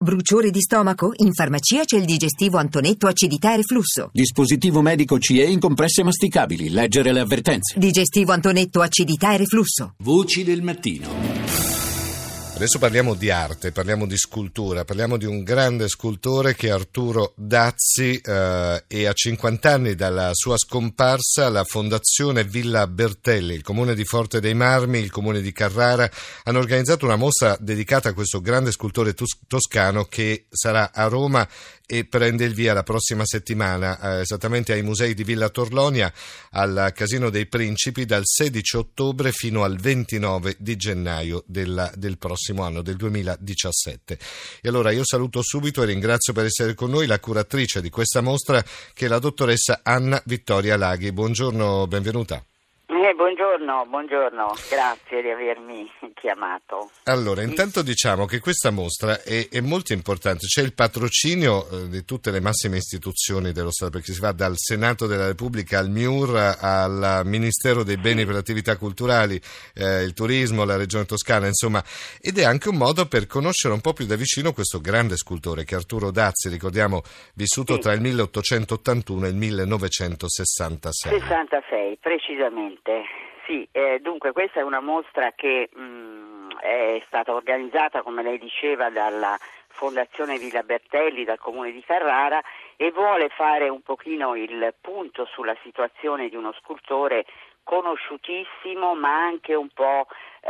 Bruciore di stomaco? In farmacia c'è il digestivo Antonetto acidità e reflusso. Dispositivo medico CE in compresse masticabili. Leggere le avvertenze. Digestivo Antonetto acidità e reflusso. Voci del mattino. Adesso parliamo di arte, parliamo di scultura, parliamo di un grande scultore che è Arturo Dazzi e a 50 anni dalla sua scomparsa la Fondazione Villa Bertelli, il Comune di Forte dei Marmi, il Comune di Carrara hanno organizzato una mostra dedicata a questo grande scultore toscano che sarà a Roma e prende il via la prossima settimana, esattamente ai musei di Villa Torlonia, al Casino dei Principi, dal 16 ottobre fino al 29 di gennaio del prossimo anno, del 2017. E allora io saluto subito e ringrazio per essere con noi la curatrice di questa mostra, che è la dottoressa Anna Vittoria Laghi. Buongiorno, benvenuta. Buongiorno, grazie di avermi chiamato. Allora, intanto diciamo che questa mostra è molto importante, c'è il patrocinio di tutte le massime istituzioni dello Stato, perché si va dal Senato della Repubblica al MIUR, al Ministero dei Beni per le Attività Culturali, il Turismo, la Regione Toscana, insomma, ed è anche un modo per conoscere un po' più da vicino questo grande scultore che è Arturo Dazzi, ricordiamo, vissuto tra il 1881 e il 1966. 66, precisamente. Sì, dunque questa è una mostra che è stata organizzata, come lei diceva, dalla Fondazione Villa Bertelli, dal Comune di Carrara, e vuole fare un pochino il punto sulla situazione di uno scultore conosciutissimo, ma anche un po'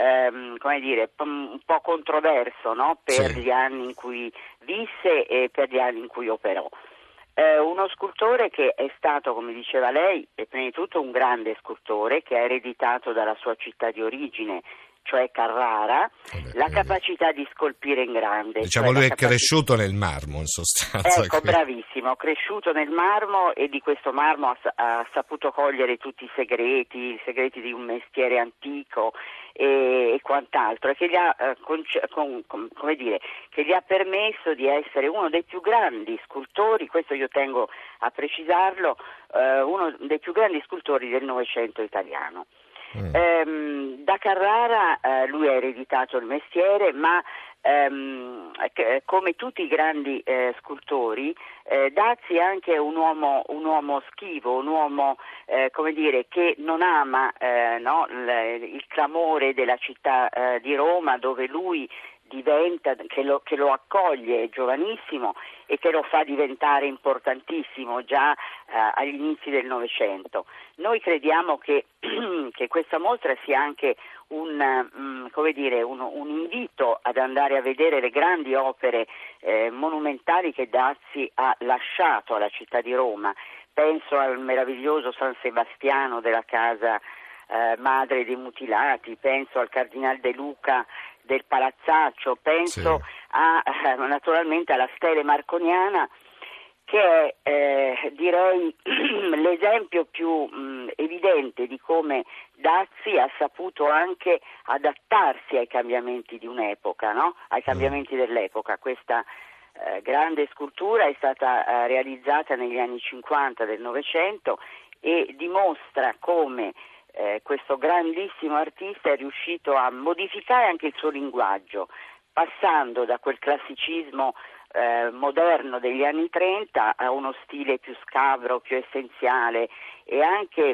un po' controverso, no? Per gli anni in cui visse e per gli anni in cui operò. Uno scultore che è stato, come diceva lei, prima di tutto un grande scultore che ha ereditato dalla sua città di origine, cioè Carrara, la capacità di scolpire in grande. Diciamo, cioè lui è cresciuto nel marmo, in sostanza. Ecco, bravissimo, cresciuto nel marmo, e di questo marmo ha saputo cogliere tutti i segreti di un mestiere antico e quant'altro, e che gli ha che gli ha permesso di essere uno dei più grandi scultori, questo io tengo a precisarlo, uno dei più grandi scultori del Novecento italiano. Da Carrara lui ha ereditato il mestiere, ma come tutti i grandi scultori, Dazzi è anche un uomo schivo, un uomo che non ama il clamore della città di Roma, dove lui diventa, che lo accoglie giovanissimo e che lo fa diventare importantissimo già agli inizi del Novecento. Noi crediamo che questa mostra sia anche un invito ad andare a vedere le grandi opere monumentali che Dazzi ha lasciato alla città di Roma. Penso al meraviglioso San Sebastiano della casa madre dei mutilati, penso al Cardinal De Luca del Palazzaccio, penso naturalmente alla Stele Marconiana, che è direi l'esempio più evidente di come Dazzi ha saputo anche adattarsi ai cambiamenti di un'epoca, no? Ai cambiamenti dell'epoca. Questa grande scultura è stata realizzata negli anni 50 del Novecento e dimostra come questo grandissimo artista è riuscito a modificare anche il suo linguaggio, passando da quel classicismo moderno degli anni 30 a uno stile più scabro, più essenziale e anche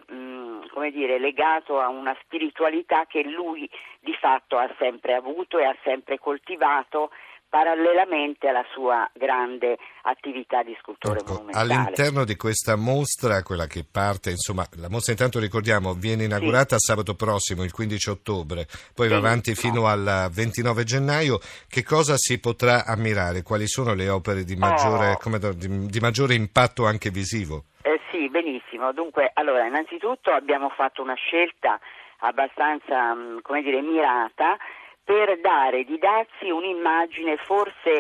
legato a una spiritualità che lui di fatto ha sempre avuto e ha sempre coltivato, parallelamente alla sua grande attività di scultore monumentale. All'interno di questa mostra, quella che parte, la mostra, intanto ricordiamo, viene inaugurata sabato prossimo, il 15 ottobre, poi va avanti fino al 29 gennaio. Che cosa si potrà ammirare? Quali sono le opere di maggiore impatto anche visivo? Sì, benissimo. Dunque, innanzitutto abbiamo fatto una scelta abbastanza, mirata, per dare di Dazzi un'immagine forse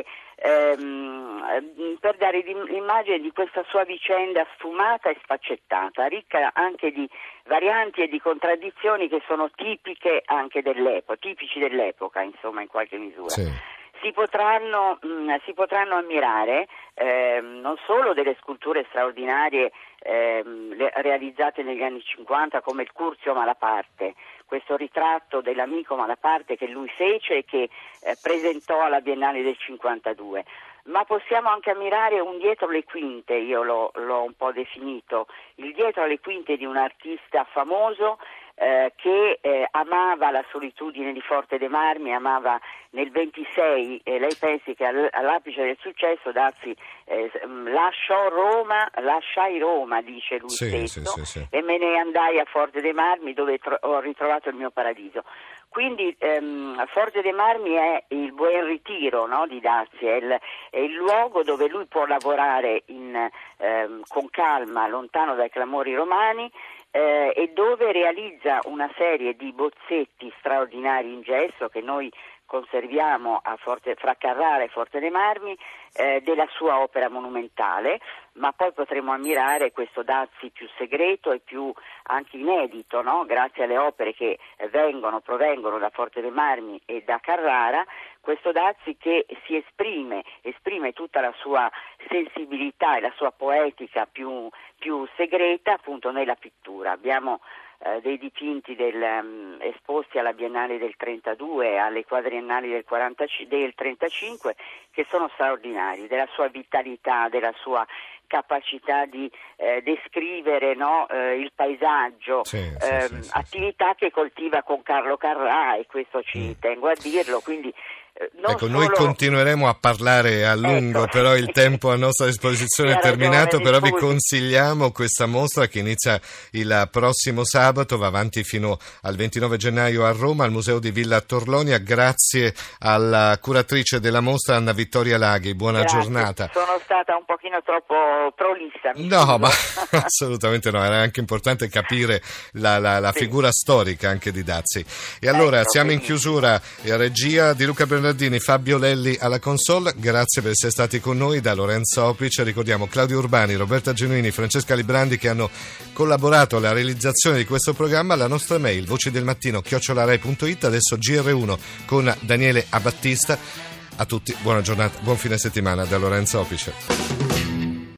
per dare l'immagine di questa sua vicenda sfumata e sfaccettata, ricca anche di varianti e di contraddizioni che sono tipici dell'epoca, insomma, in qualche misura. Sì. Si potranno ammirare non solo delle sculture straordinarie realizzate negli anni 50 come il Curzio Malaparte, questo ritratto dell'amico Malaparte che lui fece e che presentò alla Biennale del 52, ma possiamo anche ammirare un dietro le quinte, io l'ho un po' definito, il dietro le quinte di un artista famoso che amava la solitudine di Forte dei Marmi, amava nel 26, lei pensi che all'apice del successo Dazzi lasciai Roma, dice lui stesso, sì. E me ne andai a Forte dei Marmi dove ho ritrovato il mio paradiso. Quindi Forte dei Marmi è il buon ritiro, no, di Dazzi, è il luogo dove lui può lavorare con calma, lontano dai clamori romani, e dove realizza una serie di bozzetti straordinari in gesso che noi conserviamo fra Carrara e Forte dei Marmi, della sua opera monumentale, ma poi potremo ammirare questo Dazzi più segreto e più anche inedito, no? Grazie alle opere che provengono da Forte dei Marmi e da Carrara, questo Dazzi che si esprime tutta la sua sensibilità e la sua poetica più segreta appunto nella pittura. Abbiamo dei dipinti esposti alla Biennale del 32, alle quadriennali del 35, che sono straordinari, della sua vitalità, della sua capacità di descrivere, no, il paesaggio, attività che coltiva con Carlo Carrà, e questo ci tengo a dirlo, quindi noi continueremo a parlare a lungo, però il tempo a nostra disposizione è terminato, però vi consigliamo questa mostra che inizia il prossimo sabato, va avanti fino al 29 gennaio a Roma, al Museo di Villa Torlonia. Grazie alla curatrice della mostra, Anna Vittoria Laghi, buona giornata. Sono stata un pochino troppo prolissa. No, ma assolutamente no, era anche importante capire la figura storica anche di Dazzi. E allora siamo in chiusura, regia di Luca Bernardini, Fabio Lelli alla console, grazie per essere stati con noi. Da Lorenzo Opice ricordiamo Claudio Urbani, Roberta Genuini, Francesca Librandi che hanno collaborato alla realizzazione di questo programma. La nostra mail vocedelmattino@rai.it. Adesso GR1 con Daniele Abattista. A tutti buona giornata, buon fine settimana da Lorenzo Opice.